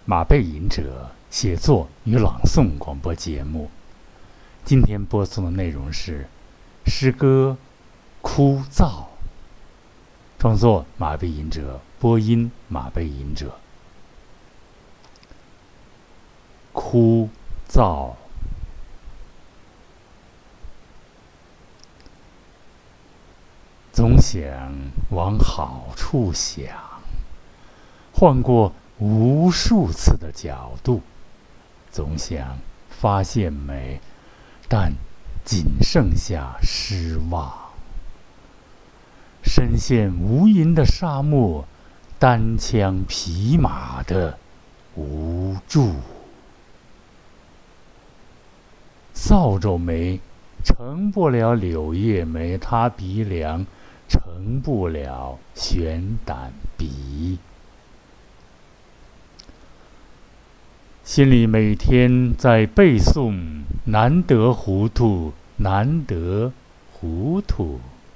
马背吟者写作与朗诵广播节目。今天播送的内容是诗歌《枯燥》，创作马背吟者，播音马背吟者。枯燥，总想往好处想，换过无数次的角度，总想发现美，但仅剩下失望。深陷无垠的沙漠，单枪匹马的无助。扫帚眉成不了柳叶眉，它鼻梁成不了悬胆鼻。心里每天在背诵难得糊涂，难得糊涂。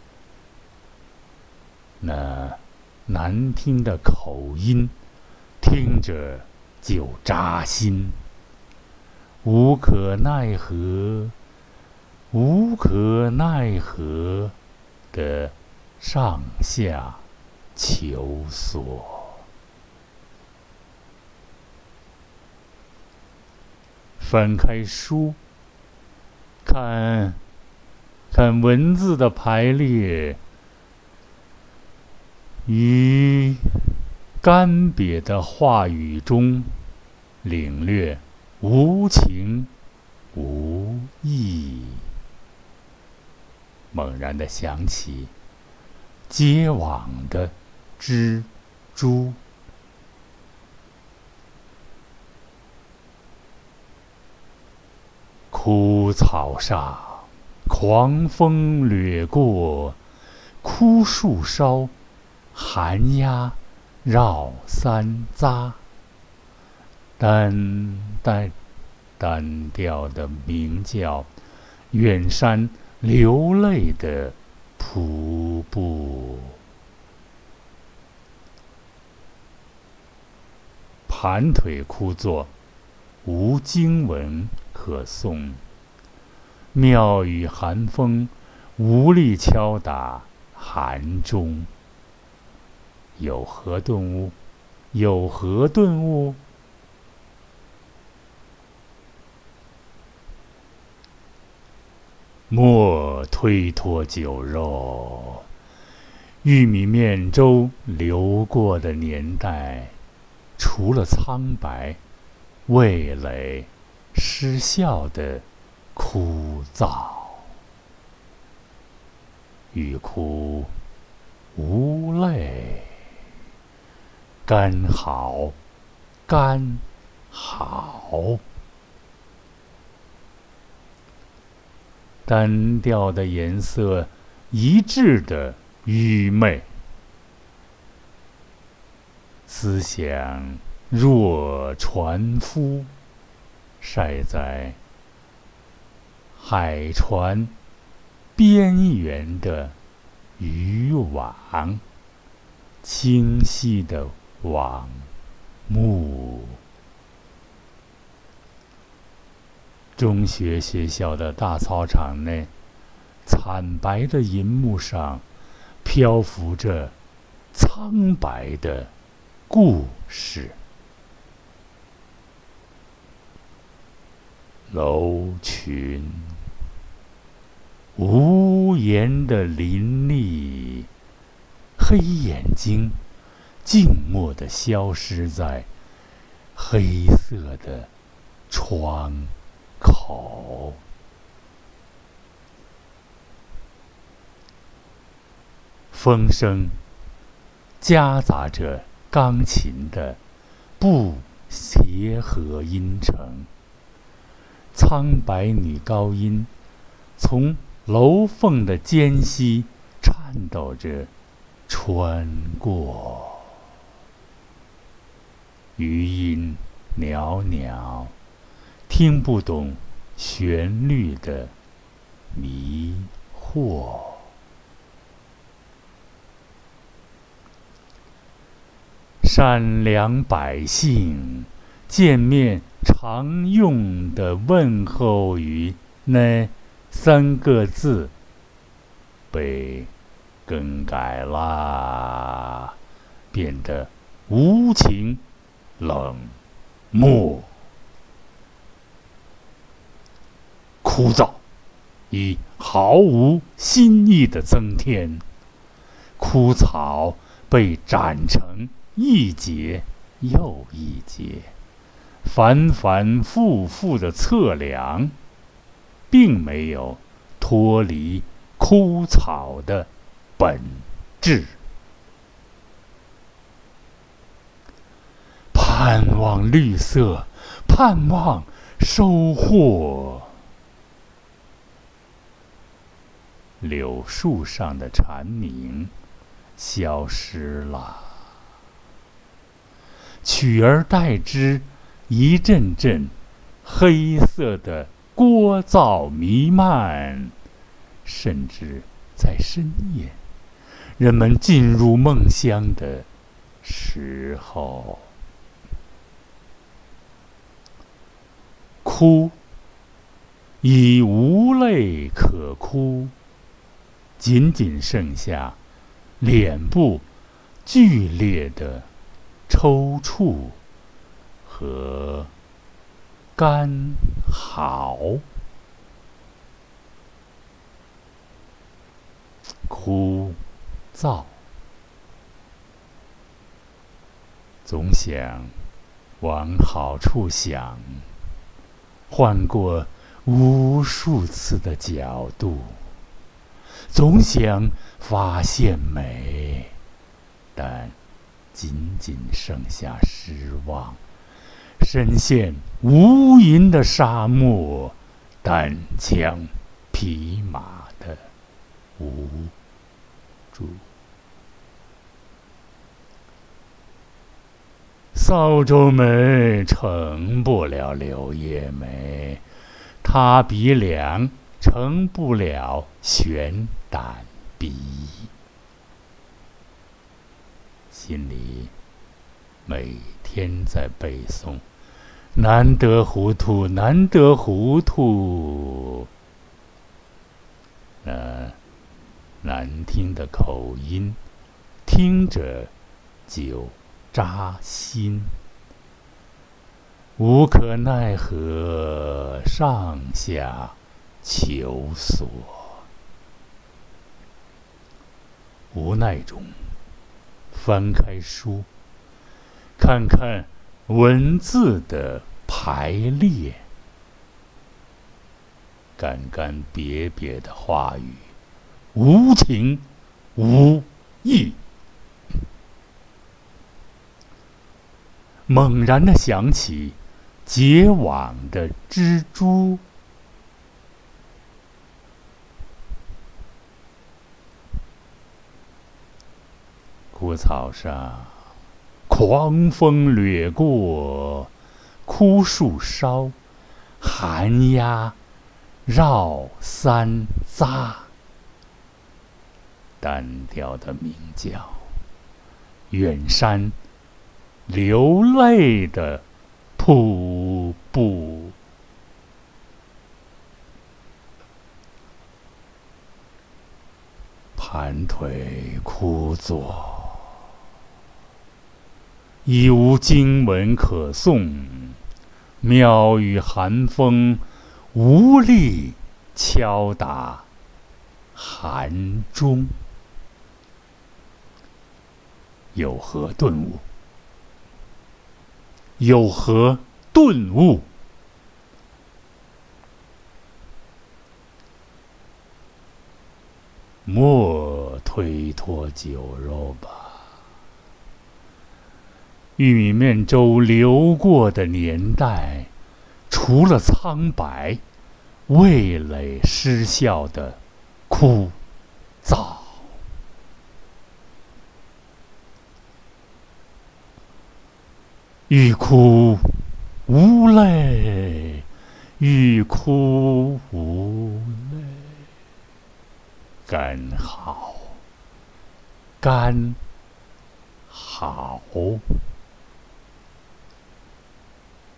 那难听的口音，听着就扎心。无可奈何，无可奈何的上下求索。翻开书，看看文字的排列，于干瘪的话语中领略无情无义。猛然地想起结网的蜘蛛，枯草上狂风掠过，枯树梢寒鸦绕三匝。单调的鸣叫，远山流泪的瀑布。盘腿枯坐，无经文可诵。庙宇寒风无力敲打寒钟。有何顿悟？有何顿悟？莫推脱酒肉，玉米面粥流过的年代，除了苍白、味蕾失效的枯燥。欲哭无泪，干好，干好。单调的颜色，一致的愚昧。思想若船夫，晒在海船边缘的渔网，清晰的网目。中学学校的大操场内，惨白的银幕上漂浮着苍白的故事。楼群无言的林立，黑眼睛静默地消失在黑色的窗口。风声夹杂着钢琴的不协和音程，苍白女高音从楼缝的间隙颤抖着穿过。余音袅袅，听不懂旋律的迷惑。善良百姓见面常用的问候语那3个字被更改啦，变得无情冷漠、枯燥，以毫无新意的增添。枯草被斩成一节又一节，反反复复的测量，并没有脱离枯草的本质。盼望绿色，盼望收获。柳树上的蝉鸣消失了，取而代之一阵阵黑色的聒噪弥漫，甚至在深夜，人们进入梦乡的时候，哭已无泪可哭，仅仅剩下脸部剧烈的抽搐和干嚎。枯燥，总想往好处想，换过无数次的角度，总想发现美，但仅仅剩下失望。深陷无垠的沙漠，单枪匹马的无助。扫帚眉成不了柳叶眉，塌鼻梁成不了悬胆鼻。心里每天在背诵，难得糊涂，难得糊涂。那难听的口音，听着就扎心。无可奈何，上下求索。无奈中，翻开书，看看文字的排列，干干瘪瘪的话语，无情无义。猛然地想起结网的蜘蛛，枯草上狂风掠过，枯树梢寒鸦绕三匝，单调的鸣叫，远山流泪的瀑布。盘腿枯坐，已无经文可诵，妙语寒风无力敲打寒钟。有何顿悟？有何顿悟？莫推脱酒肉吧。玉米面粥流过的年代，除了苍白，味蕾失效的枯燥。欲哭无泪，欲哭无泪。干好，干好。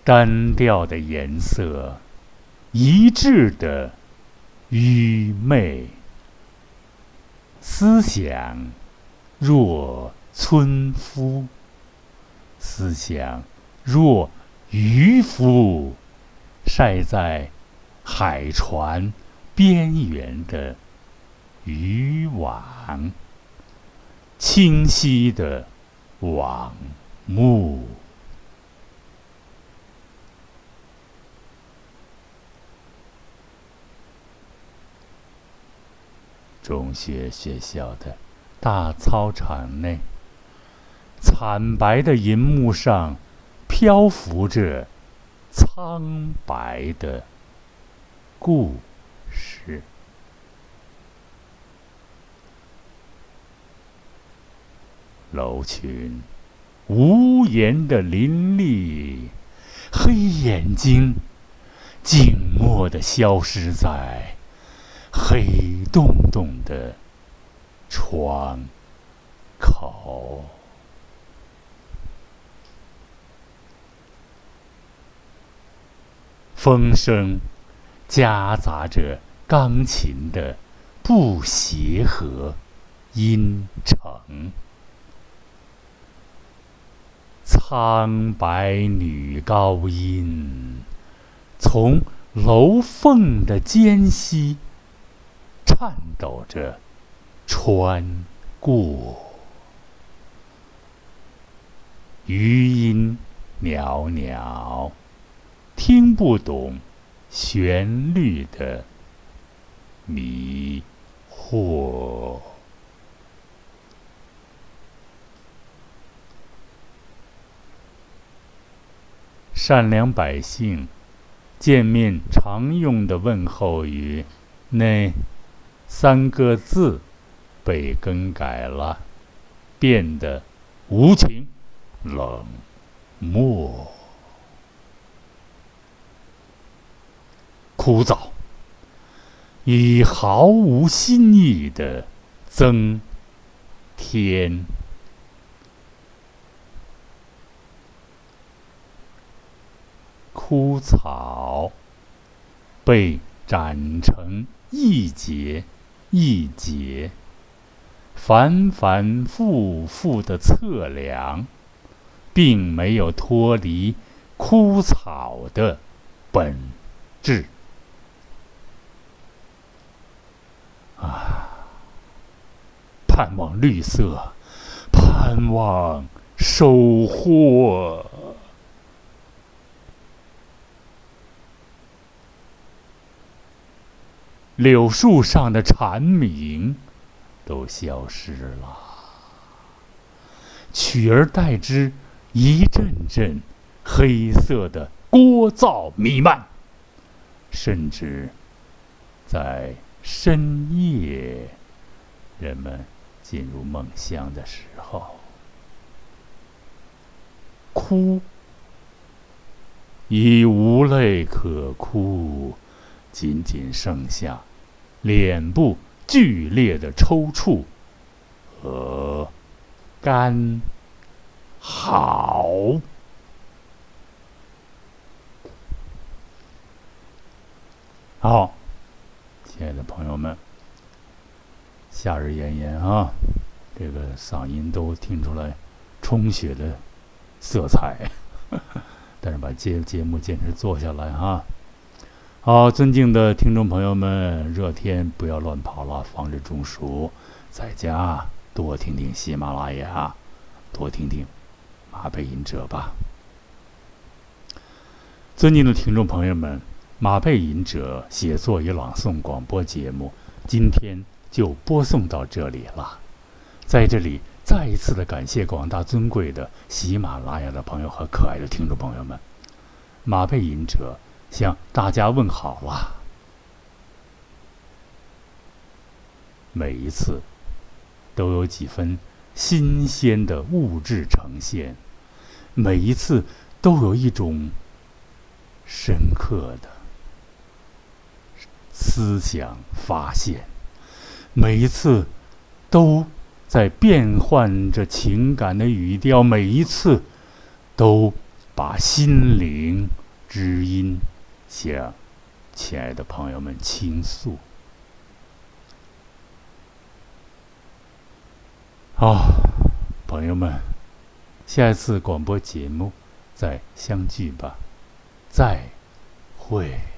单调的颜色，一致的愚昧。思想若村夫，思想若渔夫，晒在海船边缘的渔网，清晰的网目。中学学校的大操场内，惨白的银幕上漂浮着苍白的故事。楼群无言的林立，黑眼睛静默地消失在黑洞洞的窗口。风声夹杂着钢琴的不协和音程。苍白女高音从楼缝的间隙颤抖着穿过，余音袅袅，听不懂旋律的迷惑。善良百姓见面常用的问候语，那3个字被更改了，变得无情冷漠。枯燥与毫无新意的增添。枯草被斩成一节一节，反反复复的测量，并没有脱离枯草的本质。盼望绿色，盼望收获。柳树上的蝉鸣都消失了，取而代之一阵阵黑色的聒噪弥漫，甚至在深夜，人们进入梦乡的时候，哭已无泪可哭，仅仅剩下脸部剧烈的抽搐和干嚎。好，亲爱的朋友们，夏日炎炎啊，这个嗓音都听出来充血的色彩，但是把节目坚持做下来哈。好，尊敬的听众朋友们，热天不要乱跑了，防止中暑。在家多听听喜马拉雅，多听听马背吟者吧。尊敬的听众朋友们，马背吟者写作与朗诵广播节目今天就播送到这里了。在这里再一次的感谢广大尊贵的喜马拉雅的朋友和可爱的听众朋友们。马背吟者向大家问好了。每一次都有几分新鲜的物质呈现，每一次都有一种深刻的思想发现，每一次都在变换着情感的语调，每一次都把心灵知音向亲爱的朋友们倾诉。朋友们，下一次广播节目再相聚吧，再会。